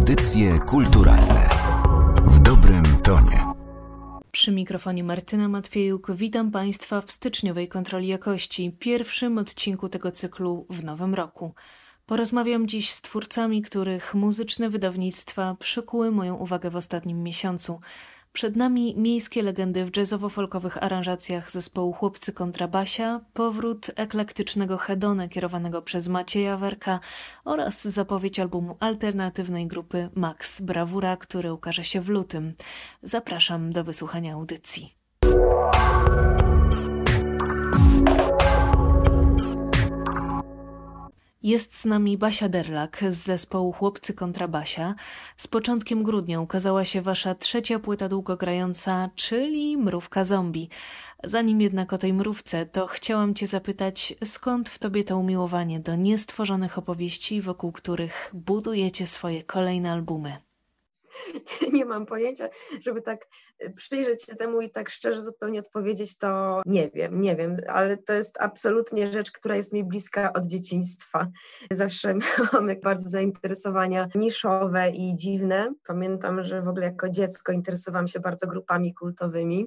Audycje kulturalne w dobrym tonie. Przy mikrofonie Martyna Matwiejuk witam Państwa w styczniowej kontroli jakości, pierwszym odcinku tego cyklu w nowym roku. Porozmawiam dziś z twórcami, których muzyczne wydawnictwa przykuły moją uwagę w ostatnim miesiącu. Przed nami miejskie legendy w jazzowo-folkowych aranżacjach zespołu Chłopcy Kontrabasia, powrót eklektycznego Hedone kierowanego przez Macieja Werka oraz zapowiedź albumu alternatywnej grupy Max Bravura, który ukaże się w lutym. Zapraszam do wysłuchania audycji. Jest z nami Basia Derlak z zespołu Chłopcy Kontrabasia. Z początkiem grudnia ukazała się wasza trzecia płyta długogrająca, czyli Mrówka Zombie. Zanim jednak o tej mrówce, to chciałam cię zapytać, skąd w tobie to umiłowanie do niestworzonych opowieści, wokół których budujecie swoje kolejne albumy? Nie mam pojęcia, żeby tak przyjrzeć się temu i tak szczerze zupełnie odpowiedzieć, to nie wiem, ale to jest absolutnie rzecz, która jest mi bliska od dzieciństwa. Zawsze miałam bardzo zainteresowania niszowe i dziwne. Pamiętam, że w ogóle jako dziecko interesowałam się bardzo grupami kultowymi.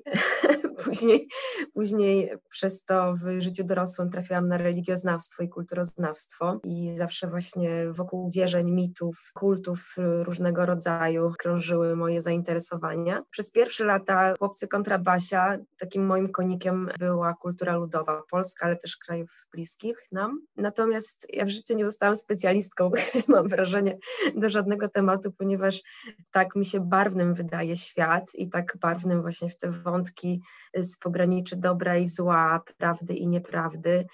Później przez to w życiu dorosłym trafiłam na religioznawstwo i kulturoznawstwo i zawsze właśnie wokół wierzeń, mitów, kultów różnego rodzaju krążyły moje zainteresowania. Przez pierwsze lata Chłopcy Kontrabasia, takim moim konikiem była kultura ludowa polska, ale też krajów bliskich nam. Natomiast ja w życiu nie zostałam specjalistką, mam wrażenie, do żadnego tematu, ponieważ tak mi się barwnym wydaje świat i tak barwnym właśnie w te wątki z pograniczy dobra i zła, prawdy i nieprawdy,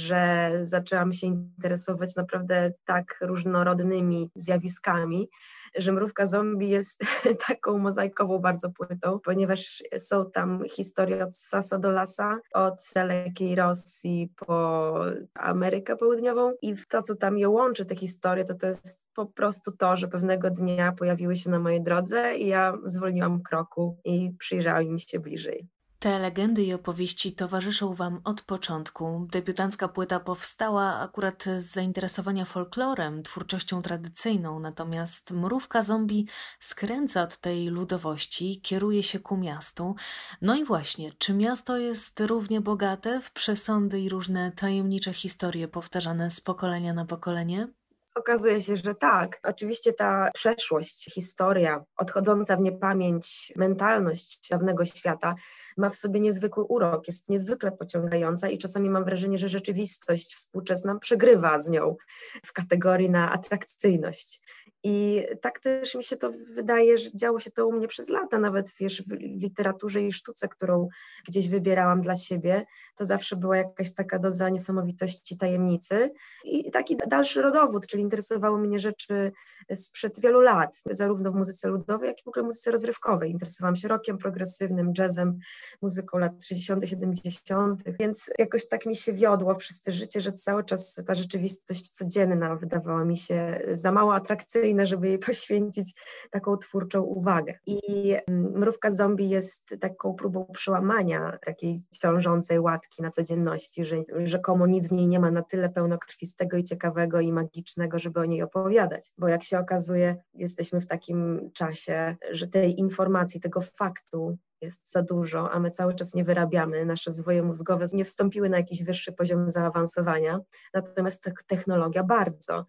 że zaczęłam się interesować naprawdę tak różnorodnymi zjawiskami, że Mrówka Zombie jest taką mozaikową bardzo płytą, ponieważ są tam historie od Sasa do Lasa, od dalekiej Rosji po Amerykę Południową i to, co tam je łączy, te historie, to jest po prostu to, że pewnego dnia pojawiły się na mojej drodze i ja zwolniłam kroku i przyjrzałam im się bliżej. Te legendy i opowieści towarzyszą wam od początku. Debiutancka płyta powstała akurat z zainteresowania folklorem, twórczością tradycyjną, natomiast Mrówka Zombie skręca od tej ludowości, kieruje się ku miastu. No i właśnie, czy miasto jest równie bogate w przesądy i różne tajemnicze historie powtarzane z pokolenia na pokolenie? Okazuje się, że tak. Oczywiście ta przeszłość, historia, odchodząca w niepamięć mentalność dawnego świata ma w sobie niezwykły urok, jest niezwykle pociągająca i czasami mam wrażenie, że rzeczywistość współczesna przegrywa z nią w kategorii na atrakcyjność. I tak też mi się to wydaje, że działo się to u mnie przez lata, nawet wiesz, w literaturze i sztuce, którą gdzieś wybierałam dla siebie, to zawsze była jakaś taka doza niesamowitości, tajemnicy i taki dalszy rodowód, czyli interesowały mnie rzeczy sprzed wielu lat, zarówno w muzyce ludowej, jak i w ogóle w muzyce rozrywkowej. Interesowałam się rockiem progresywnym, jazzem, muzyką lat 60., 70., więc jakoś tak mi się wiodło przez to życie, że cały czas ta rzeczywistość codzienna wydawała mi się za mało atrakcyjna, żeby jej poświęcić taką twórczą uwagę. I Mrówka Zombie jest taką próbą przełamania takiej ciążącej łatki na codzienności, że rzekomo nic w niej nie ma na tyle pełnokrwistego i ciekawego i magicznego, żeby o niej opowiadać. Bo jak się okazuje, jesteśmy w takim czasie, że tej informacji, tego faktu jest za dużo, a my cały czas nie wyrabiamy, nasze zwoje mózgowe nie wstąpiły na jakiś wyższy poziom zaawansowania, natomiast technologia bardzo.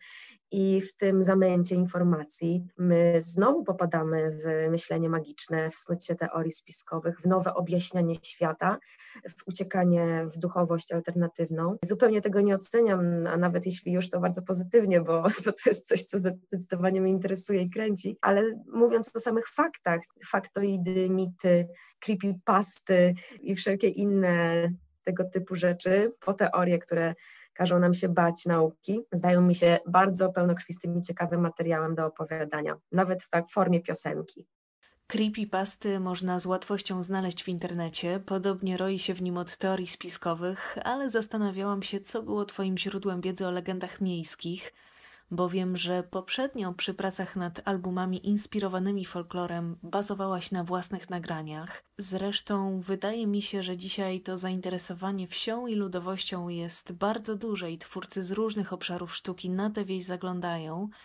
I w tym zamęcie informacji my znowu popadamy w myślenie magiczne, w snucie teorii spiskowych, w nowe objaśnianie świata, w uciekanie w duchowość alternatywną. Zupełnie tego nie oceniam, a nawet jeśli już, to bardzo pozytywnie, bo to jest coś, co zdecydowanie mnie interesuje i kręci, ale mówiąc o samych faktach, faktoidy, mity, creepypasty i wszelkie inne tego typu rzeczy, po teorie, które każą nam się bać nauki, zdają mi się bardzo pełnokrwistym i ciekawym materiałem do opowiadania, nawet w formie piosenki. Creepypasty można z łatwością znaleźć w internecie, podobnie roi się w nim od teorii spiskowych, ale zastanawiałam się, co było twoim źródłem wiedzy o legendach miejskich, bo wiem, że poprzednio przy pracach nad albumami inspirowanymi folklorem bazowałaś na własnych nagraniach. Zresztą wydaje mi się, że dzisiaj to zainteresowanie wsią i ludowością jest bardzo duże i twórcy z różnych obszarów sztuki na tę wieś zaglądają.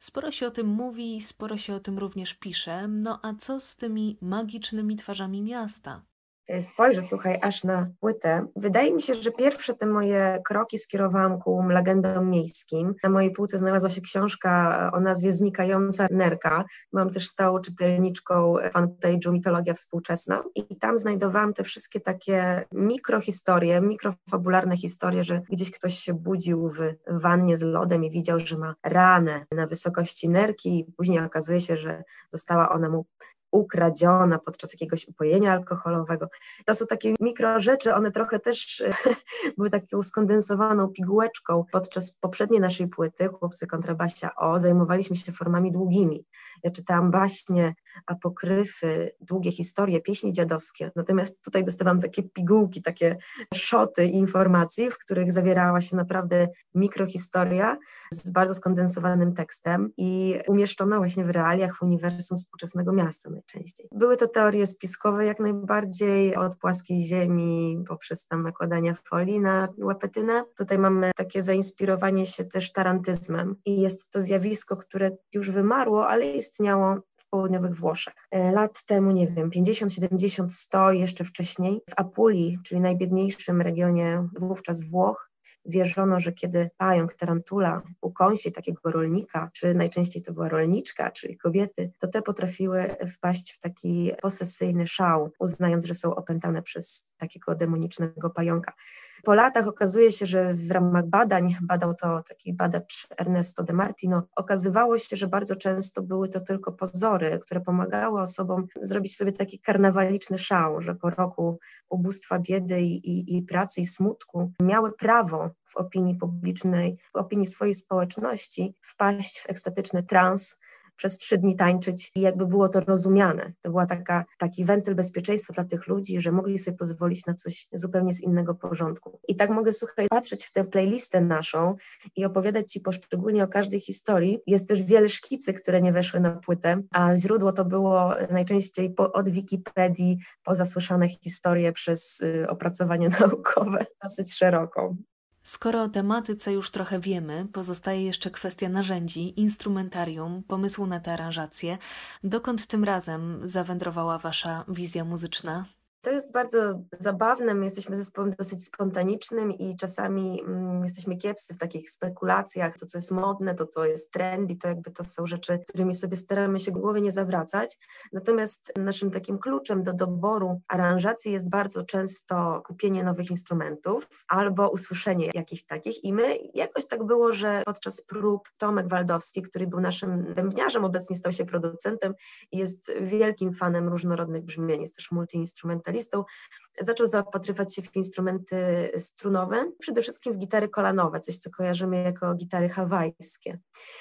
Sporo się o tym mówi, sporo się o tym również pisze. No a co z tymi magicznymi twarzami miasta? Spojrzę, słuchaj, aż na płytę. Wydaje mi się, że pierwsze te moje kroki skierowałam ku legendom miejskim. Na mojej półce znalazła się książka o nazwie Znikająca nerka. Byłam też stałą czytelniczką fanpage'u Mitologia Współczesna i tam znajdowałam te wszystkie takie mikrohistorie, mikrofabularne historie, że gdzieś ktoś się budził w wannie z lodem i widział, że ma ranę na wysokości nerki i później okazuje się, że została ona mu ukradziona podczas jakiegoś upojenia alkoholowego. To są takie mikro rzeczy, one trochę też były taką skondensowaną pigułeczką. Podczas poprzedniej naszej płyty, Chłopcy kontrabasia O, zajmowaliśmy się formami długimi. Ja czytałam baśnie, apokryfy, długie historie, pieśni dziadowskie. Natomiast tutaj dostawałam takie pigułki, takie szoty informacji, w których zawierała się naprawdę mikrohistoria z bardzo skondensowanym tekstem i umieszczona właśnie w realiach, w uniwersum współczesnego miasta najczęściej. Były to teorie spiskowe jak najbardziej, od płaskiej ziemi poprzez tam nakładania folii na łepetynę. Tutaj mamy takie zainspirowanie się też tarantyzmem i jest to zjawisko, które już wymarło, ale istniało w południowych Włoszech. Lat temu, nie wiem, 50, 70, 100, jeszcze wcześniej, w Apulii, czyli najbiedniejszym regionie wówczas Włoch, wierzono, że kiedy pająk, tarantula ukąsi takiego rolnika, czy najczęściej to była rolniczka, czyli kobiety, to te potrafiły wpaść w taki posesyjny szał, uznając, że są opętane przez takiego demonicznego pająka. Po latach okazuje się, że w ramach badań, badał to taki badacz Ernesto de Martino, okazywało się, że bardzo często były to tylko pozory, które pomagały osobom zrobić sobie taki karnawaliczny szał, że po roku ubóstwa, biedy i pracy i smutku miały prawo w opinii publicznej, w opinii swojej społeczności wpaść w ekstatyczny trans, przez 3 dni tańczyć i jakby było to rozumiane. To była taki wentyl bezpieczeństwa dla tych ludzi, że mogli sobie pozwolić na coś zupełnie z innego porządku. I tak mogę, słuchaj, patrzeć w tę playlistę naszą i opowiadać Ci poszczególnie o każdej historii. Jest też wiele szkicy, które nie weszły na płytę, a źródło to było najczęściej od Wikipedii po zasłyszane historie przez opracowanie naukowe dosyć szeroko. Skoro o tematyce już trochę wiemy, pozostaje jeszcze kwestia narzędzi, instrumentarium, pomysłu na tę aranżację. Dokąd tym razem zawędrowała Wasza wizja muzyczna? To jest bardzo zabawne, my jesteśmy zespołem dosyć spontanicznym i czasami jesteśmy kiepscy w takich spekulacjach, to co jest modne, to co jest trendy, to jakby to są rzeczy, którymi sobie staramy się głowy nie zawracać. Natomiast naszym takim kluczem do doboru aranżacji jest bardzo często kupienie nowych instrumentów albo usłyszenie jakichś takich i my jakoś tak było, że podczas prób Tomek Waldowski, który był naszym bębniarzem, obecnie stał się producentem i jest wielkim fanem różnorodnych brzmień, jest też multiinstrumentalistą, zaczął zaopatrywać się w instrumenty strunowe, przede wszystkim w gitary kolanowe, coś co kojarzymy jako gitary hawajskie.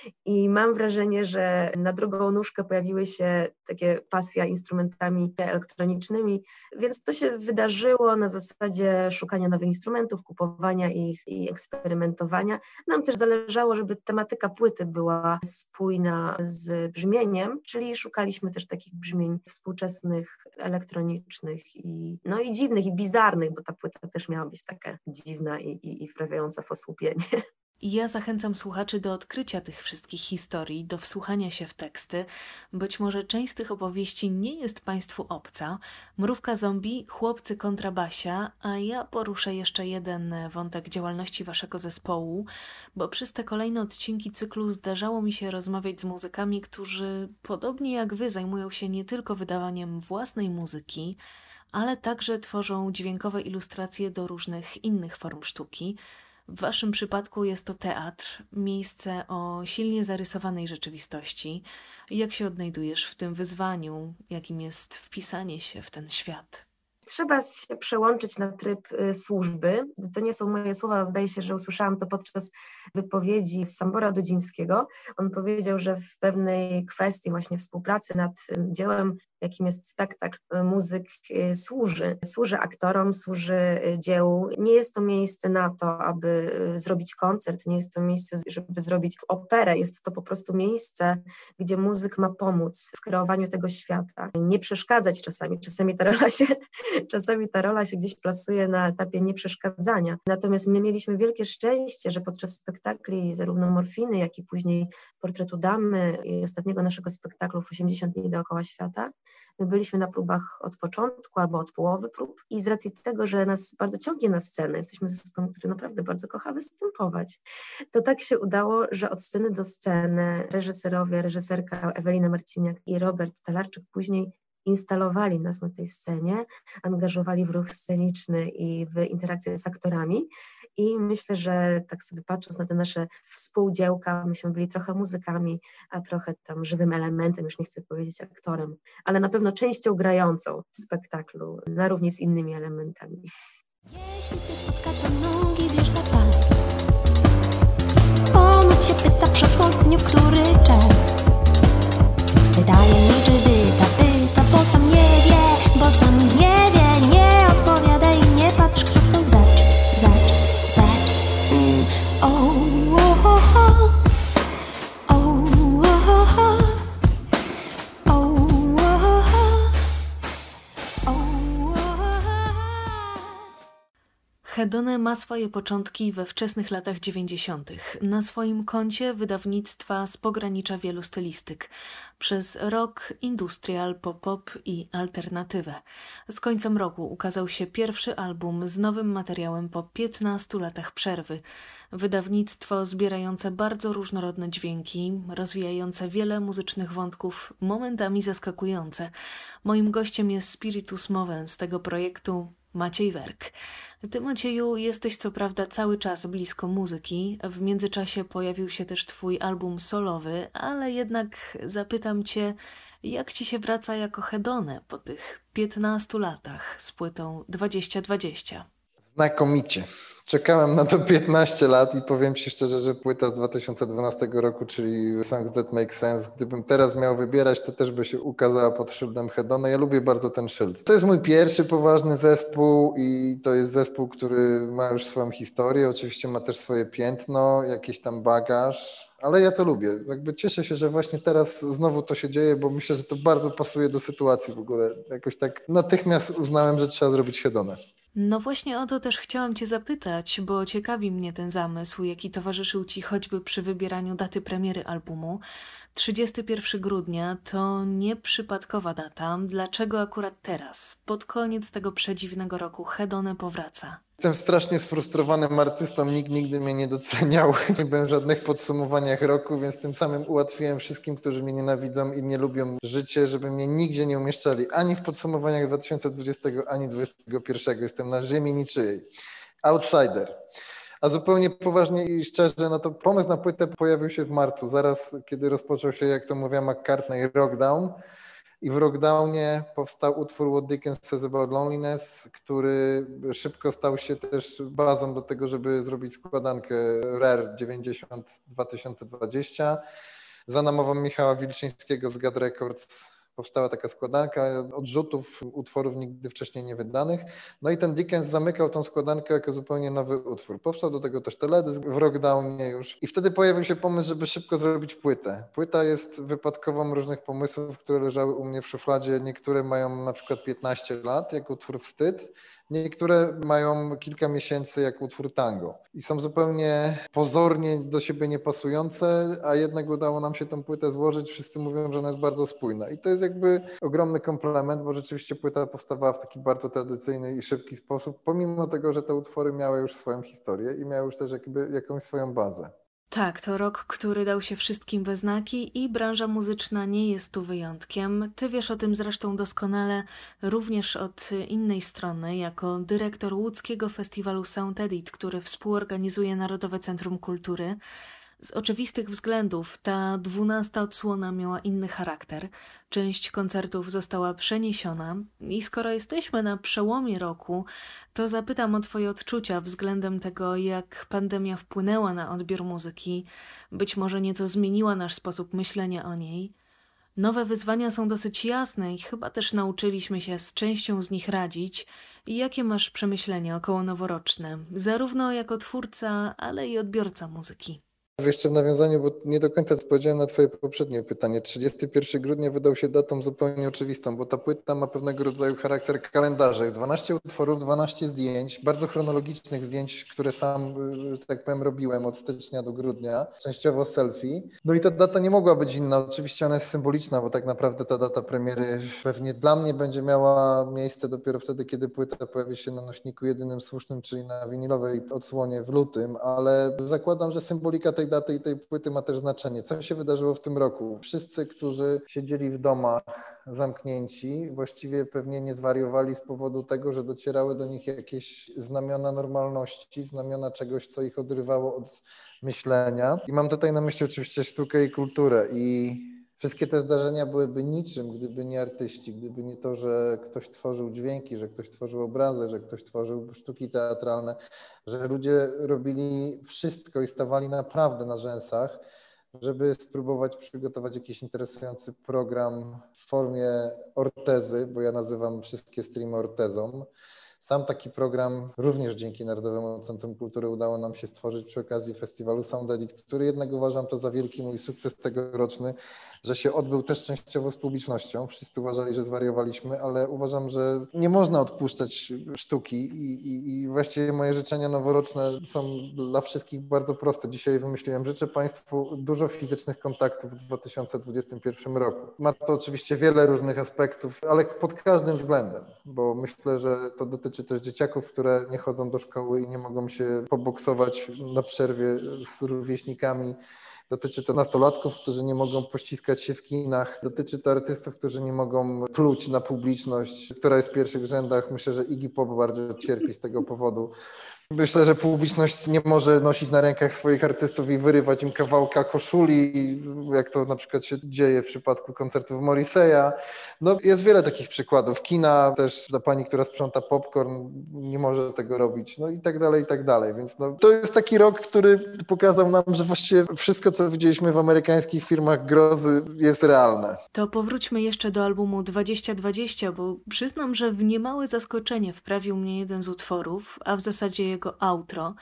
I mam wrażenie, że na drugą nóżkę pojawiły się takie pasja instrumentami elektronicznymi, więc to się wydarzyło na zasadzie szukania nowych instrumentów, kupowania ich i eksperymentowania. Nam też zależało, żeby tematyka płyty była spójna z brzmieniem, czyli szukaliśmy też takich brzmień współczesnych, elektronicznych i dziwnych i bizarnych, bo ta płyta też miała być taka dziwna i wprawiająca w osłupienie. Ja zachęcam słuchaczy do odkrycia tych wszystkich historii, do wsłuchania się w teksty. Być może część z tych opowieści nie jest Państwu obca. Mrówka zombie, Chłopcy kontrabasia, a ja poruszę jeszcze jeden wątek działalności Waszego zespołu, bo przez te kolejne odcinki cyklu zdarzało mi się rozmawiać z muzykami, którzy podobnie jak Wy zajmują się nie tylko wydawaniem własnej muzyki, ale także tworzą dźwiękowe ilustracje do różnych innych form sztuki. W Waszym przypadku jest to teatr, miejsce o silnie zarysowanej rzeczywistości. Jak się odnajdujesz w tym wyzwaniu, jakim jest wpisanie się w ten świat? Trzeba się przełączyć na tryb służby. To nie są moje słowa, zdaje się, że usłyszałam to podczas wypowiedzi Sambora Dudzińskiego. On powiedział, że w pewnej kwestii właśnie współpracy nad dziełem jakim jest spektakl, muzyk służy aktorom, służy dziełu. Nie jest to miejsce na to, aby zrobić koncert, nie jest to miejsce, żeby zrobić operę, jest to po prostu miejsce, gdzie muzyk ma pomóc w kreowaniu tego świata, nie przeszkadzać czasami. Czasami ta rola się gdzieś plasuje na etapie nieprzeszkadzania. Natomiast my mieliśmy wielkie szczęście, że podczas spektakli zarówno Morfiny, jak i później Portretu Damy i ostatniego naszego spektaklu w 80 dni dookoła świata, my byliśmy na próbach od początku albo od połowy prób i z racji tego, że nas bardzo ciągnie na scenę, jesteśmy zespołem, który naprawdę bardzo kocha występować, to tak się udało, że od sceny do sceny reżyserka Ewelina Marciniak i Robert Talarczyk później instalowali nas na tej scenie, angażowali w ruch sceniczny i w interakcję z aktorami i myślę, że tak sobie patrząc na te nasze współdziełka, myśmy byli trochę muzykami, a trochę tam żywym elementem, już nie chcę powiedzieć aktorem, ale na pewno częścią grającą w spektaklu, na równi z innymi elementami. Jeśli cię spotka, to nogi bierz za pas. Ponoć się pyta przed południu, w który czas. Wydaje mi, czy pyta, bo sam nie wie, nie odpowiada i nie patrz, kto to zacz. Hedone ma swoje początki we wczesnych latach 90. Na swoim koncie wydawnictwa z pogranicza wielu stylistyk. Przez rock, industrial, pop i alternatywę. Z końcem roku ukazał się pierwszy album z nowym materiałem po 15 latach przerwy. Wydawnictwo zbierające bardzo różnorodne dźwięki, rozwijające wiele muzycznych wątków, momentami zaskakujące. Moim gościem jest Spiritus Movens z tego projektu Maciej Werk. Ty, Macieju, jesteś co prawda cały czas blisko muzyki, w międzyczasie pojawił się też twój album solowy, ale jednak zapytam cię, jak ci się wraca jako Hedone po tych 15 latach z płytą 2020? Znakomicie. Czekałem na to 15 lat i powiem ci szczerze, że płyta z 2012 roku, czyli Songs That Make Sense, gdybym teraz miał wybierać, to też by się ukazała pod szyldem Hedone. Ja lubię bardzo ten szyld. To jest mój pierwszy poważny zespół i to jest zespół, który ma już swoją historię, oczywiście ma też swoje piętno, jakiś tam bagaż, ale ja to lubię. Jakby cieszę się, że właśnie teraz znowu to się dzieje, bo myślę, że to bardzo pasuje do sytuacji w ogóle. Jakoś tak natychmiast uznałem, że trzeba zrobić Hedone. No właśnie o to też chciałam cię zapytać, bo ciekawi mnie ten zamysł, jaki towarzyszył ci choćby przy wybieraniu daty premiery albumu. 31 grudnia to nieprzypadkowa data. Dlaczego akurat teraz, pod koniec tego przedziwnego roku, Hedone powraca? Jestem strasznie sfrustrowanym artystą, nikt nigdy mnie nie doceniał, nie byłem w żadnych podsumowaniach roku, więc tym samym ułatwiłem wszystkim, którzy mnie nienawidzą i nie lubią życie, żeby mnie nigdzie nie umieszczali, ani w podsumowaniach 2020, ani 2021. Jestem na ziemi niczyjej. Outsider. A zupełnie poważnie i szczerze, no to pomysł na płytę pojawił się w marcu, zaraz kiedy rozpoczął się, jak to mówiła McCartney, Rockdown. I w Rockdownie powstał utwór What Dickens Says About Loneliness, który szybko stał się też bazą do tego, żeby zrobić składankę Rare 90 2020. Za namową Michała Wilczyńskiego z God Records powstała taka składanka odrzutów utworów nigdy wcześniej nie wydanych. No i ten Dickens zamykał tą składankę jako zupełnie nowy utwór. Powstał do tego też teledysk w Rockdownie już. I wtedy pojawił się pomysł, żeby szybko zrobić płytę. Płyta jest wypadkową różnych pomysłów, które leżały u mnie w szufladzie. Niektóre mają na przykład 15 lat, jak utwór Wstyd. Niektóre mają kilka miesięcy jak utwór Tango i są zupełnie pozornie do siebie niepasujące, a jednak udało nam się tę płytę złożyć. Wszyscy mówią, że ona jest bardzo spójna i to jest jakby ogromny komplement, bo rzeczywiście płyta powstawała w taki bardzo tradycyjny i szybki sposób, pomimo tego, że te utwory miały już swoją historię i miały już też jakby jakąś swoją bazę. Tak, to rok, który dał się wszystkim we znaki i branża muzyczna nie jest tu wyjątkiem. Ty wiesz o tym zresztą doskonale również od innej strony, jako dyrektor łódzkiego festiwalu Sound Edit, który współorganizuje Narodowe Centrum Kultury. Z oczywistych względów ta 12. odsłona miała inny charakter. Część koncertów została przeniesiona i skoro jesteśmy na przełomie roku, to zapytam o twoje odczucia względem tego, jak pandemia wpłynęła na odbiór muzyki, być może nieco zmieniła nasz sposób myślenia o niej. Nowe wyzwania są dosyć jasne i chyba też nauczyliśmy się z częścią z nich radzić. I jakie masz przemyślenia około noworoczne, zarówno jako twórca, ale i odbiorca muzyki? Jeszcze w nawiązaniu, bo nie do końca odpowiedziałem na twoje poprzednie pytanie. 31 grudnia wydał się datą zupełnie oczywistą, bo ta płyta ma pewnego rodzaju charakter kalendarza. Jest 12 utworów, 12 zdjęć, bardzo chronologicznych zdjęć, które sam, że tak powiem, robiłem od stycznia do grudnia, częściowo selfie. No i ta data nie mogła być inna. Oczywiście ona jest symboliczna, bo tak naprawdę ta data premiery pewnie dla mnie będzie miała miejsce dopiero wtedy, kiedy płyta pojawi się na nośniku jedynym słusznym, czyli na winylowej odsłonie w lutym, ale zakładam, że symbolika tej daty i tej płyty ma też znaczenie. Co się wydarzyło w tym roku? Wszyscy, którzy siedzieli w domach zamknięci, właściwie pewnie nie zwariowali z powodu tego, że docierały do nich jakieś znamiona normalności, znamiona czegoś, co ich odrywało od myślenia. I mam tutaj na myśli oczywiście sztukę i kulturę. I wszystkie te zdarzenia byłyby niczym, gdyby nie artyści, gdyby nie to, że ktoś tworzył dźwięki, że ktoś tworzył obrazy, że ktoś tworzył sztuki teatralne, że ludzie robili wszystko i stawali naprawdę na rzęsach, żeby spróbować przygotować jakiś interesujący program w formie ortezy, bo ja nazywam wszystkie streamy ortezą. Sam taki program również dzięki Narodowemu Centrum Kultury udało nam się stworzyć przy okazji festiwalu Sound Edit, który jednak uważam to za wielki mój sukces tegoroczny, że się odbył też częściowo z publicznością. Wszyscy uważali, że zwariowaliśmy, ale uważam, że nie można odpuszczać sztuki i właściwie moje życzenia noworoczne są dla wszystkich bardzo proste. Dzisiaj wymyśliłem, życzę Państwu dużo fizycznych kontaktów w 2021 roku. Ma to oczywiście wiele różnych aspektów, ale pod każdym względem, bo myślę, że to dotyczy też dzieciaków, które nie chodzą do szkoły i nie mogą się poboksować na przerwie z rówieśnikami. Dotyczy to nastolatków, którzy nie mogą pościskać się w kinach. Dotyczy to artystów, którzy nie mogą pluć na publiczność, która jest w pierwszych rzędach. Myślę, że Iggy Pop bardzo cierpi z tego powodu. Myślę, że publiczność nie może nosić na rękach swoich artystów i wyrywać im kawałka koszuli, jak to na przykład się dzieje w przypadku koncertów Morrissey'a. No, jest wiele takich przykładów. Kina też, dla pani, która sprząta popcorn, nie może tego robić. No i tak dalej, i tak dalej. Więc no, to jest taki rok, który pokazał nam, że właściwie wszystko, co widzieliśmy w amerykańskich filmach grozy, jest realne. To powróćmy jeszcze do albumu 2020, bo przyznam, że w niemałe zaskoczenie wprawił mnie jeden z utworów, a w zasadzie jego outro.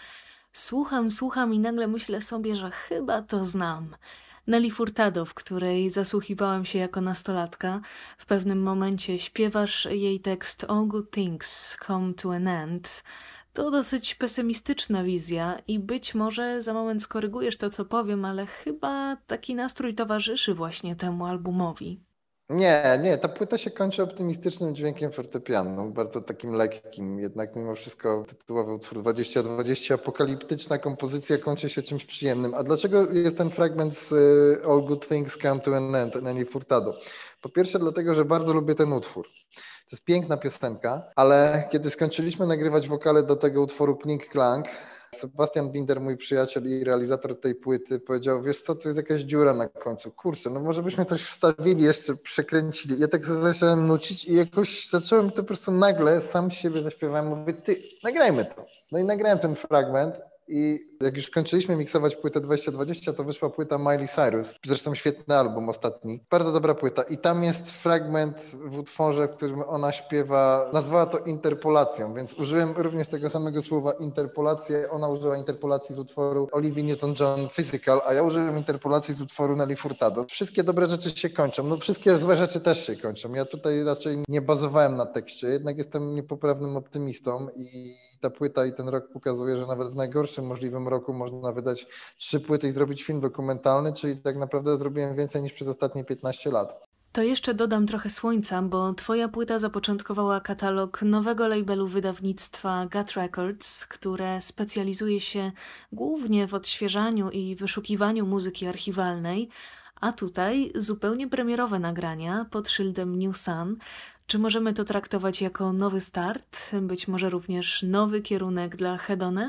Słucham i nagle myślę sobie, że chyba to znam. Nelly Furtado, w której zasłuchiwałam się jako nastolatka. W pewnym momencie śpiewasz jej tekst All Good Things Come to an End. To dosyć pesymistyczna wizja i być może za moment skorygujesz to, co powiem, ale chyba taki nastrój towarzyszy właśnie temu albumowi. Nie, ta płyta się kończy optymistycznym dźwiękiem fortepianu, bardzo takim lekkim, jednak mimo wszystko tytułowy utwór 2020, apokaliptyczna kompozycja kończy się czymś przyjemnym. A dlaczego jest ten fragment z All Good Things Come to an End, Nelly Furtado? Po pierwsze dlatego, że bardzo lubię ten utwór. To jest piękna piosenka, ale kiedy skończyliśmy nagrywać wokale do tego utworu Klink Klank, Sebastian Binder, mój przyjaciel i realizator tej płyty, powiedział, wiesz co, tu jest jakaś dziura na końcu, kurczę, no może byśmy coś wstawili, jeszcze przekręcili. Ja tak zacząłem nucić i jakoś zacząłem to po prostu nagle, sam z siebie zaśpiewałem, mówię, ty, nagrajmy to. No i nagrałem ten fragment i jak już kończyliśmy miksować płytę 2020, to wyszła płyta Miley Cyrus, zresztą świetny album ostatni, bardzo dobra płyta i tam jest fragment w utworze, w którym ona śpiewa, nazwała to interpolacją, więc użyłem również tego samego słowa interpolację, ona użyła interpolacji z utworu Olivia Newton-John Physical, a ja użyłem interpolacji z utworu Nelly Furtado. Wszystkie dobre rzeczy się kończą, no wszystkie złe rzeczy też się kończą. Ja tutaj raczej nie bazowałem na tekście, jednak jestem niepoprawnym optymistą i ta płyta i ten rok pokazuje, że nawet w najgorszym możliwym roku można wydać 3 płyty i zrobić film dokumentalny, czyli tak naprawdę zrobiłem więcej niż przez ostatnie 15 lat. To jeszcze dodam trochę słońca, bo twoja płyta zapoczątkowała katalog nowego labelu wydawnictwa Gut Records, które specjalizuje się głównie w odświeżaniu i wyszukiwaniu muzyki archiwalnej, a tutaj zupełnie premierowe nagrania pod szyldem New Sun. Czy możemy to traktować jako nowy start, być może również nowy kierunek dla Hedone?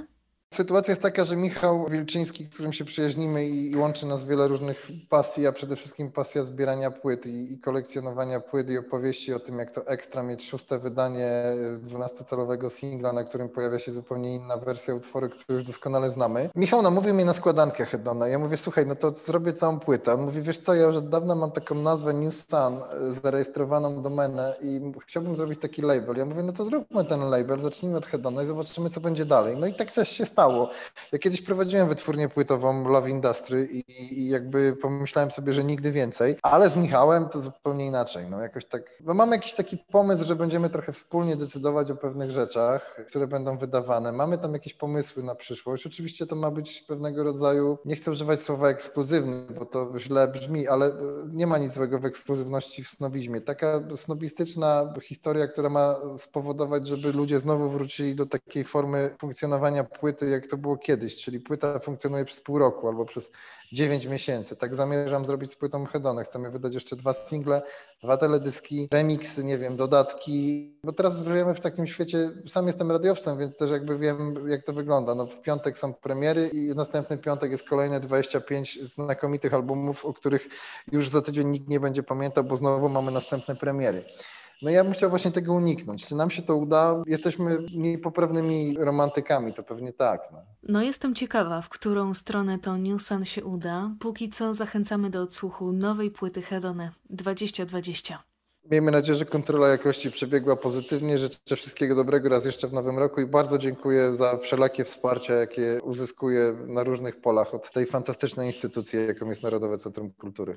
Sytuacja jest taka, że Michał Wilczyński, z którym się przyjaźnimy i łączy nas wiele różnych pasji, a przede wszystkim pasja zbierania płyt i kolekcjonowania płyt i opowieści o tym, jak to ekstra mieć 6. wydanie 12-calowego singla, na którym pojawia się zupełnie inna wersja utworu, który już doskonale znamy. Michał namówił mnie na składankę Hedona. Ja mówię, słuchaj, no to zrobię całą płytę. On mówi, wiesz co, ja już od dawna mam taką nazwę New Sun, zarejestrowaną domenę i chciałbym zrobić taki label. Ja mówię, no to zróbmy ten label, zacznijmy od Hedona i zobaczymy, co będzie dalej. No i tak też się stało. Ja kiedyś prowadziłem wytwórnię płytową Love Industry i jakby pomyślałem sobie, że nigdy więcej, ale z Michałem to zupełnie inaczej. No jakoś tak, no mam jakiś taki pomysł, że będziemy trochę wspólnie decydować o pewnych rzeczach, które będą wydawane. Mamy tam jakieś pomysły na przyszłość. Oczywiście to ma być pewnego rodzaju, nie chcę używać słowa ekskluzywny, bo to źle brzmi, ale nie ma nic złego w ekskluzywności w snobizmie. Taka snobistyczna historia, która ma spowodować, żeby ludzie znowu wrócili do takiej formy funkcjonowania płyty, jak to było kiedyś, czyli płyta funkcjonuje przez pół roku albo przez 9 miesięcy. Tak zamierzam zrobić z płytą Hedona. Chcemy wydać jeszcze 2 single, 2 teledyski, remiksy, nie wiem, dodatki, bo teraz żyjemy w takim świecie, sam jestem radiowcem, więc też jakby wiem, jak to wygląda. No w piątek są premiery i następny piątek jest kolejne 25 znakomitych albumów, o których już za tydzień nikt nie będzie pamiętał, bo znowu mamy następne premiery. No ja bym chciał właśnie tego uniknąć. Czy nam się to uda? Jesteśmy niepoprawnymi romantykami, to pewnie tak. No jestem ciekawa, w którą stronę to New Sun się uda. Póki co zachęcamy do odsłuchu nowej płyty Hedone 2020. Miejmy nadzieję, że kontrola jakości przebiegła pozytywnie. Życzę wszystkiego dobrego raz jeszcze w nowym roku i bardzo dziękuję za wszelakie wsparcie, jakie uzyskuję na różnych polach od tej fantastycznej instytucji, jaką jest Narodowe Centrum Kultury.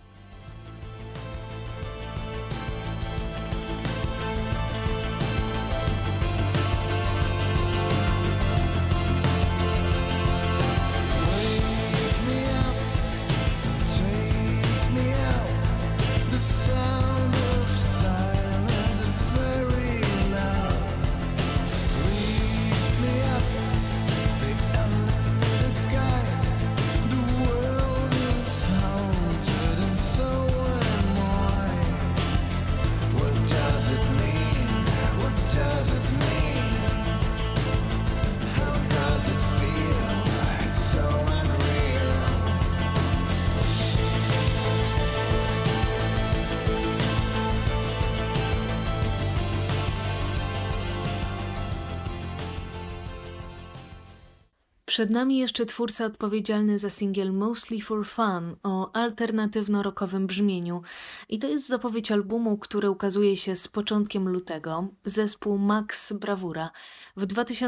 Przed nami jeszcze twórca odpowiedzialny za singiel Mostly for Fun o alternatywno-rockowym brzmieniu. I to jest zapowiedź albumu, który ukazuje się z początkiem lutego. Zespół Max Bravura. W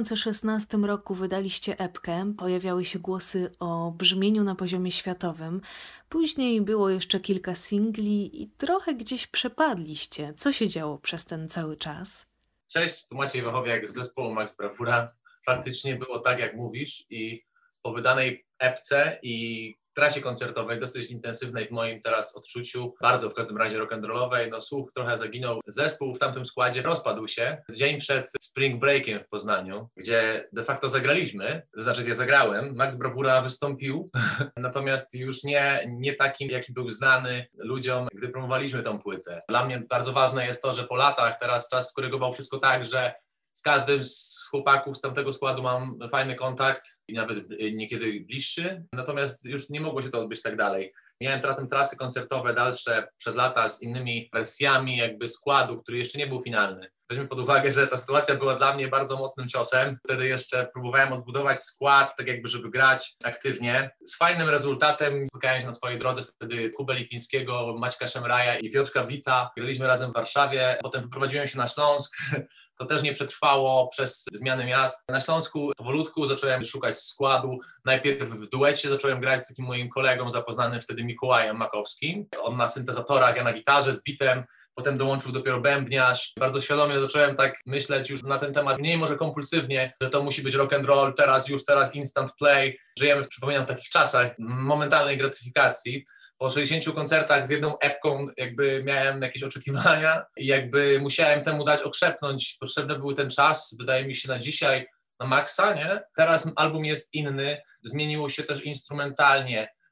2016 roku wydaliście epkę, pojawiały się głosy o brzmieniu na poziomie światowym. Później było jeszcze kilka singli i trochę gdzieś przepadliście. Co się działo przez ten cały czas? Cześć, tu Maciej Wachowiak z zespołu Max Bravura. Faktycznie było tak, jak mówisz, i po wydanej epce i trasie koncertowej, dosyć intensywnej w moim teraz odczuciu, bardzo w każdym razie rock'n'rollowej, no słuch trochę zaginął. Zespół w tamtym składzie rozpadł się dzień przed Spring Breakiem w Poznaniu, gdzie de facto zagraliśmy, znaczy ja zagrałem, Max Bravura wystąpił, natomiast już nie takim, jaki był znany ludziom, gdy promowaliśmy tą płytę. Dla mnie bardzo ważne jest to, że po latach teraz czas skorygował wszystko tak, że z każdym z chłopaków z tamtego składu mam fajny kontakt i nawet niekiedy bliższy, natomiast już nie mogło się to odbyć tak dalej. Miałem trasy koncertowe dalsze przez lata z innymi wersjami jakby składu, który jeszcze nie był finalny. Weźmy pod uwagę, że ta sytuacja była dla mnie bardzo mocnym ciosem. Wtedy jeszcze próbowałem odbudować skład, tak jakby żeby grać aktywnie. Z fajnym rezultatem spotkałem się na swojej drodze wtedy Kubę Lipińskiego, Maćka Szemraja i Piotrka Wita. Graliśmy razem w Warszawie, potem wyprowadziłem się na Śląsk. To też nie przetrwało przez zmiany miast. Na Śląsku powolutku zacząłem szukać składu. Najpierw w duecie zacząłem grać z takim moim kolegą zapoznanym wtedy Mikołajem Makowskim. On na syntezatorach, ja na gitarze z bitem. Potem dołączył dopiero bębniarz. Bardzo świadomie zacząłem tak myśleć już na ten temat, mniej może kompulsywnie, że to musi być rock and roll, teraz instant play. Żyjemy, przypominam, w takich czasach momentalnej gratyfikacji. Po 60 koncertach z jedną epką jakby miałem jakieś oczekiwania i jakby musiałem temu dać okrzepnąć. Potrzebny był ten czas, wydaje mi się, na dzisiaj, na maksa, nie? Teraz album jest inny, zmieniło się też instrumentalnie.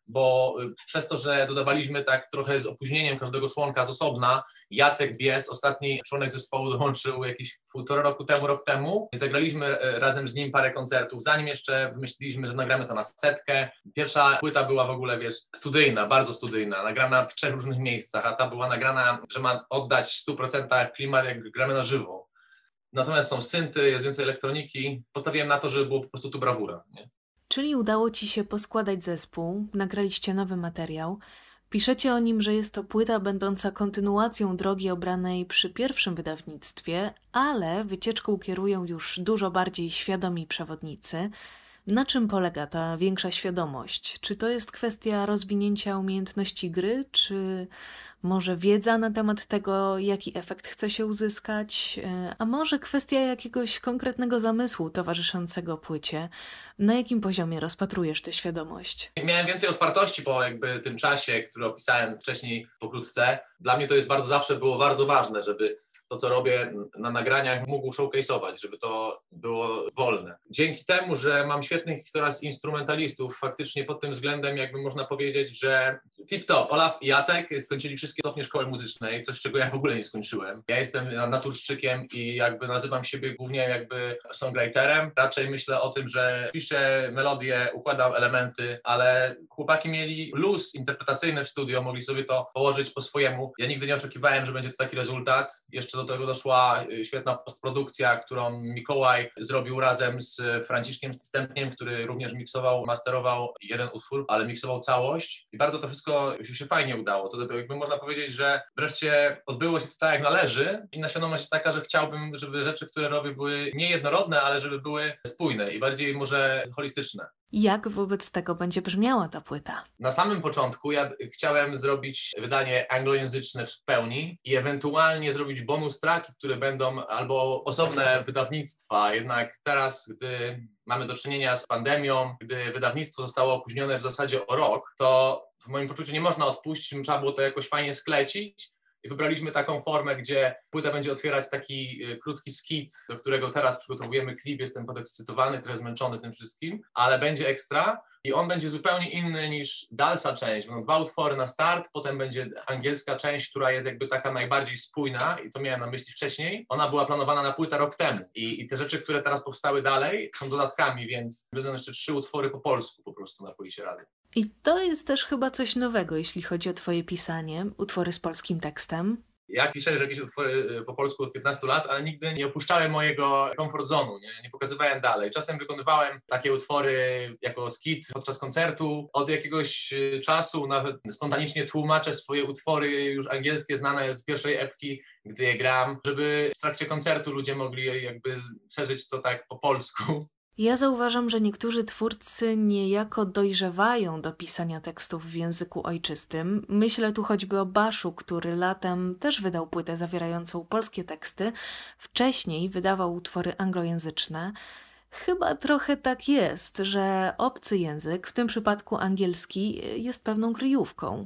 bo przez to, że dodawaliśmy tak trochę z opóźnieniem każdego członka z osobna, Jacek Bies, ostatni członek zespołu, dołączył jakieś 1,5 roku temu, rok temu. Zagraliśmy razem z nim parę koncertów, zanim jeszcze wymyśliliśmy, że nagramy to na setkę. Pierwsza płyta była w ogóle, wiesz, studyjna, bardzo studyjna, nagrana w 3 różnych miejscach, a ta była nagrana, że ma oddać w 100% klimat, jak gramy na żywo. Natomiast są synty, jest więcej elektroniki. Postawiłem na to, żeby było po prostu tu brawura, nie? Czyli udało ci się poskładać zespół, nagraliście nowy materiał. Piszecie o nim, że jest to płyta będąca kontynuacją drogi obranej przy pierwszym wydawnictwie, ale wycieczką kierują już dużo bardziej świadomi przewodnicy. Na czym polega ta większa świadomość? Czy to jest kwestia rozwinięcia umiejętności gry, czy może wiedza na temat tego, jaki efekt chce się uzyskać, a może kwestia jakiegoś konkretnego zamysłu towarzyszącego płycie? Na jakim poziomie rozpatrujesz tę świadomość? Miałem więcej otwartości po jakby tym czasie, który opisałem wcześniej pokrótce. Dla mnie to jest zawsze było bardzo ważne, żeby to, co robię na nagraniach, mógł showcase'ować, żeby to było wolne. Dzięki temu, że mam świetnych teraz instrumentalistów, faktycznie pod tym względem jakby można powiedzieć, że tip-top. Olaf i Jacek skończyli wszystkie stopnie szkoły muzycznej, coś czego ja w ogóle nie skończyłem. Ja jestem naturszczykiem i jakby nazywam siebie głównie jakby songwriterem. Raczej myślę o tym, że piszę melodie, układam elementy, ale chłopaki mieli luz interpretacyjny w studio, mogli sobie to położyć po swojemu. Ja nigdy nie oczekiwałem, że będzie to taki rezultat. Jeszcze do tego doszła świetna postprodukcja, którą Mikołaj zrobił razem z Franciszkiem Stępniem, który również miksował, masterował jeden utwór, ale miksował całość i bardzo to wszystko się fajnie udało. To jakby można powiedzieć, że wreszcie odbyło się to tak jak należy. Inna świadomość jest taka, że chciałbym, żeby rzeczy, które robię, były nie jednorodne, ale żeby były spójne i bardziej może holistyczne. Jak wobec tego będzie brzmiała ta płyta? Na samym początku ja chciałem zrobić wydanie anglojęzyczne w pełni i ewentualnie zrobić bonus tracki, które będą albo osobne wydawnictwa. Jednak teraz, gdy mamy do czynienia z pandemią, gdy wydawnictwo zostało opóźnione w zasadzie o rok, to w moim poczuciu nie można odpuścić, trzeba było to jakoś fajnie sklecić. I wybraliśmy taką formę, gdzie płyta będzie otwierać taki krótki skit, do którego teraz przygotowujemy klip. Jestem podekscytowany, trochę zmęczony tym wszystkim, ale będzie ekstra i on będzie zupełnie inny niż dalsza część. Będą 2 utwory na start, potem będzie angielska część, która jest jakby taka najbardziej spójna i to miałem na myśli wcześniej. Ona była planowana na płytę rok temu i te rzeczy, które teraz powstały dalej są dodatkami, więc będą jeszcze 3 utwory po polsku po prostu na płycie razem. I to jest też chyba coś nowego, jeśli chodzi o twoje pisanie, utwory z polskim tekstem. Ja piszę już jakieś utwory po polsku od 15 lat, ale nigdy nie opuszczałem mojego comfort zone'u, nie pokazywałem dalej. Czasem wykonywałem takie utwory jako skit podczas koncertu. Od jakiegoś czasu nawet spontanicznie tłumaczę swoje utwory już angielskie, znane z pierwszej epki, gdy je gram, żeby w trakcie koncertu ludzie mogli jakby przeżyć to tak po polsku. Ja zauważam, że niektórzy twórcy niejako dojrzewają do pisania tekstów w języku ojczystym. Myślę tu choćby o Baszu, który latem też wydał płytę zawierającą polskie teksty. Wcześniej wydawał utwory anglojęzyczne. Chyba trochę tak jest, że obcy język, w tym przypadku angielski, jest pewną kryjówką.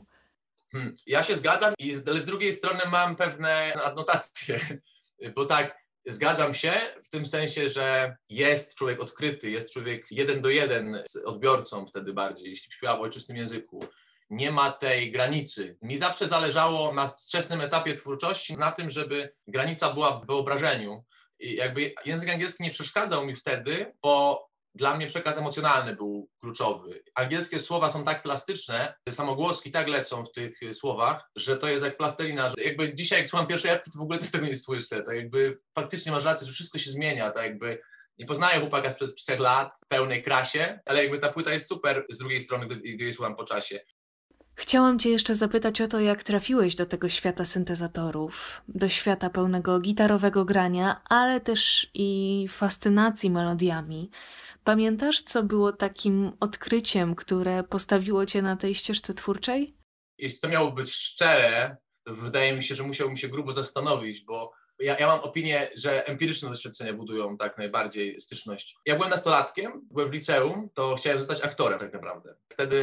Ja się zgadzam, ale z drugiej strony mam pewne adnotacje, bo tak, zgadzam się w tym sensie, że jest człowiek odkryty, jest człowiek 1 do 1 z odbiorcą wtedy bardziej, jeśli śpiewa w ojczystym języku. Nie ma tej granicy. Mi zawsze zależało na wczesnym etapie twórczości na tym, żeby granica była w wyobrażeniu. I jakby język angielski nie przeszkadzał mi wtedy, bo dla mnie przekaz emocjonalny był kluczowy. Angielskie słowa są tak plastyczne, te samogłoski tak lecą w tych słowach, że to jest jak plastelina. Że jakby dzisiaj, jak słucham pierwszej epki, to w ogóle też tego nie słyszę. Tak jakby faktycznie masz rację, że wszystko się zmienia. Tak jakby nie poznaję chłopaka sprzed 3 lat w pełnej krasie, ale jakby ta płyta jest super z drugiej strony, gdy jej słucham po czasie. Chciałam cię jeszcze zapytać o to, jak trafiłeś do tego świata syntezatorów, do świata pełnego gitarowego grania, ale też i fascynacji melodiami. Pamiętasz, co było takim odkryciem, które postawiło cię na tej ścieżce twórczej? Jeśli to miało być szczere, to wydaje mi się, że musiałbym się grubo zastanowić, bo ja mam opinię, że empiryczne doświadczenia budują tak najbardziej styczność. Jak byłem nastolatkiem, byłem w liceum, to chciałem zostać aktorem tak naprawdę. Wtedy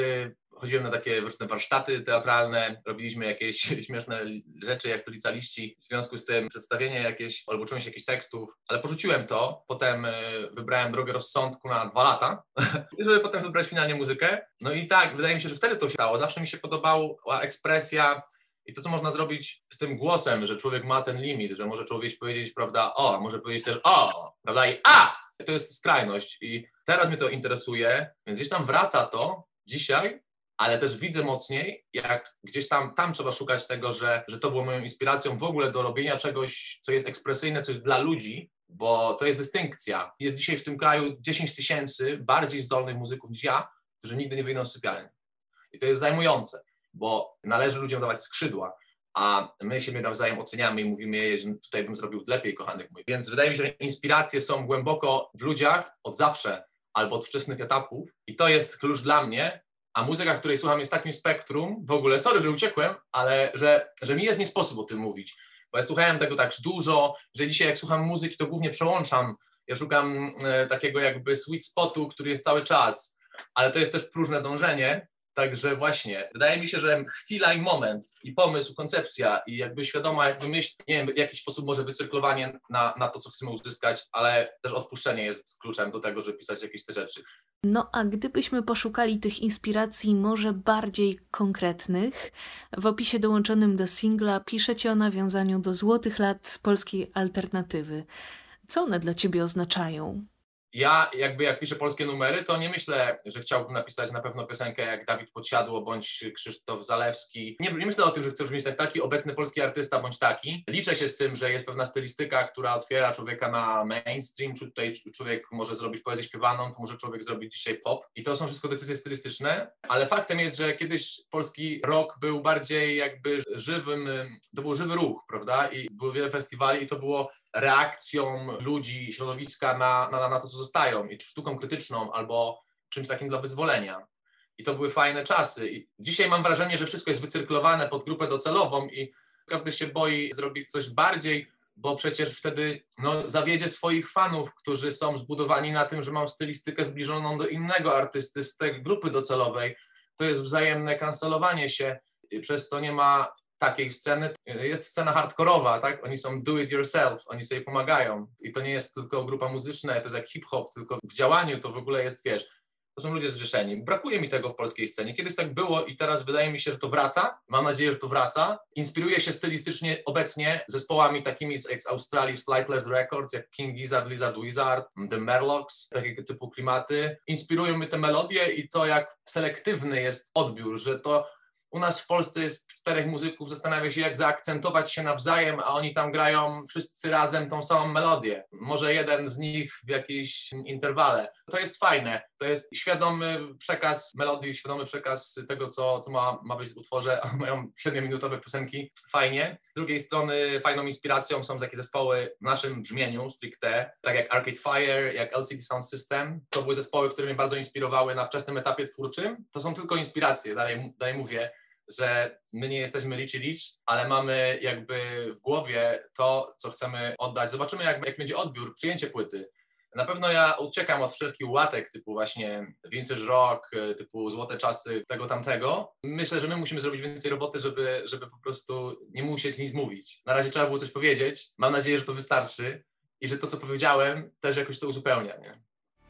chodziłem na takie różne warsztaty teatralne, robiliśmy jakieś śmieszne rzeczy jak to licealiści, w związku z tym przedstawienie jakieś, albo uczyłem się jakichś tekstów, ale porzuciłem to, potem wybrałem drogę rozsądku na 2 lata, żeby potem wybrać finalnie muzykę. No i tak, wydaje mi się, że wtedy to się stało. Zawsze mi się podobała ekspresja i to, co można zrobić z tym głosem, że człowiek ma ten limit, że może człowiek powiedzieć, prawda, o, może powiedzieć też o, prawda, i a! To jest skrajność i teraz mnie to interesuje, więc gdzieś tam wraca to dzisiaj, ale też widzę mocniej, jak gdzieś tam trzeba szukać tego, że to było moją inspiracją w ogóle do robienia czegoś, co jest ekspresyjne, coś dla ludzi, bo to jest dystynkcja. Jest dzisiaj w tym kraju 10 000 bardziej zdolnych muzyków niż ja, którzy nigdy nie wyjdą z sypialni. I to jest zajmujące, bo należy ludziom dawać skrzydła, a my siebie nawzajem oceniamy i mówimy, że tutaj bym zrobił lepiej, kochanych moich. Więc wydaje mi się, że inspiracje są głęboko w ludziach od zawsze albo od wczesnych etapów i to jest klucz dla mnie, a muzyka, której słucham, jest takim spektrum, w ogóle, sorry, że uciekłem, ale że mi jest nie sposób o tym mówić, bo ja słuchałem tego tak dużo, że dzisiaj jak słucham muzyki, to głównie przełączam, ja szukam takiego jakby sweet spotu, który jest cały czas, ale to jest też próżne dążenie, także właśnie, wydaje mi się, że chwila i moment i pomysł, koncepcja i jakby świadoma jakby myśl, nie wiem, w jakiś sposób może wycyrklowanie na to, co chcemy uzyskać, ale też odpuszczenie jest kluczem do tego, żeby pisać jakieś te rzeczy. No a gdybyśmy poszukali tych inspiracji może bardziej konkretnych, w opisie dołączonym do singla piszecie o nawiązaniu do złotych lat polskiej alternatywy. Co one dla ciebie oznaczają? Ja jakby jak piszę polskie numery, to nie myślę, że chciałbym napisać na pewno piosenkę jak Dawid Podsiadło bądź Krzysztof Zalewski. Nie myślę o tym, że chcę brzmieć taki obecny polski artysta bądź taki. Liczę się z tym, że jest pewna stylistyka, która otwiera człowieka na mainstream, czy tutaj człowiek może zrobić poezję śpiewaną, to może człowiek zrobić dzisiaj pop. I to są wszystko decyzje stylistyczne, ale faktem jest, że kiedyś polski rock był bardziej jakby żywym, to był żywy ruch, prawda? I było wiele festiwali i to było reakcją ludzi, środowiska na to, co zostają, i sztuką krytyczną albo czymś takim dla wyzwolenia. I to były fajne czasy. I dzisiaj mam wrażenie, że wszystko jest wycyrklowane pod grupę docelową i każdy się boi zrobić coś bardziej, bo przecież wtedy zawiedzie swoich fanów, którzy są zbudowani na tym, że mam stylistykę zbliżoną do innego artysty z tej grupy docelowej. To jest wzajemne kancelowanie się, przez to nie ma takiej sceny. Jest scena hardkorowa, tak? Oni są do it yourself, oni sobie pomagają i to nie jest tylko grupa muzyczna, to jest jak hip-hop, tylko w działaniu to w ogóle jest, wiesz, to są ludzie zrzeszeni. Brakuje mi tego w polskiej scenie. Kiedyś tak było i teraz wydaje mi się, że to wraca. Mam nadzieję, że to wraca. Inspiruję się stylistycznie obecnie zespołami takimi jak z Australii, z Flightless Records, jak King Gizzard, Lizard Wizard, The Merlocks, takiego typu klimaty. Inspirują mnie te melodie i to, jak selektywny jest odbiór, że to u nas w Polsce jest 4 muzyków, zastanawia się, jak zaakcentować się nawzajem, a oni tam grają wszyscy razem tą samą melodię. Może jeden z nich w jakiejś interwale. To jest fajne. To jest świadomy przekaz melodii, świadomy przekaz tego, co ma być w utworze. Mają 7-minutowe piosenki. Fajnie. Z drugiej strony fajną inspiracją są takie zespoły w naszym brzmieniu stricte, tak jak Arcade Fire, jak LCD Sound System. To były zespoły, które mnie bardzo inspirowały na wczesnym etapie twórczym. To są tylko inspiracje, dalej mówię, że my nie jesteśmy Richie Rich, ale mamy jakby w głowie to, co chcemy oddać. Zobaczymy, jak będzie odbiór, przyjęcie płyty. Na pewno ja uciekam od wszelkich łatek typu właśnie vintage rock, typu złote czasy, tego tamtego. Myślę, że my musimy zrobić więcej roboty, żeby po prostu nie musieć nic mówić. Na razie trzeba było coś powiedzieć. Mam nadzieję, że to wystarczy i że to, co powiedziałem, też jakoś to uzupełnia, nie?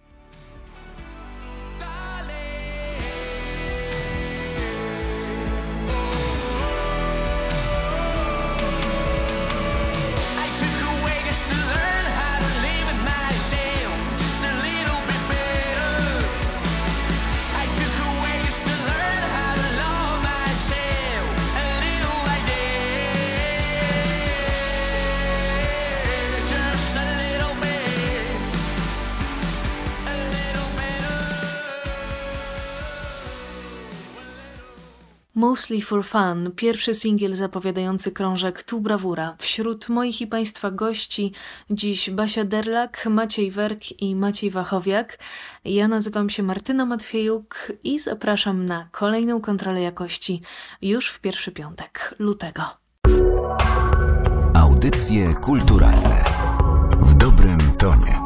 Mostly for Fun, pierwszy singiel zapowiadający krążek Tu Brawura. Wśród moich i Państwa gości dziś Basia Derlak, Maciej Werk i Maciej Wachowiak. Ja nazywam się Martyna Matwiejuk i zapraszam na kolejną kontrolę jakości już w pierwszy piątek lutego. Audycje kulturalne w dobrym tonie.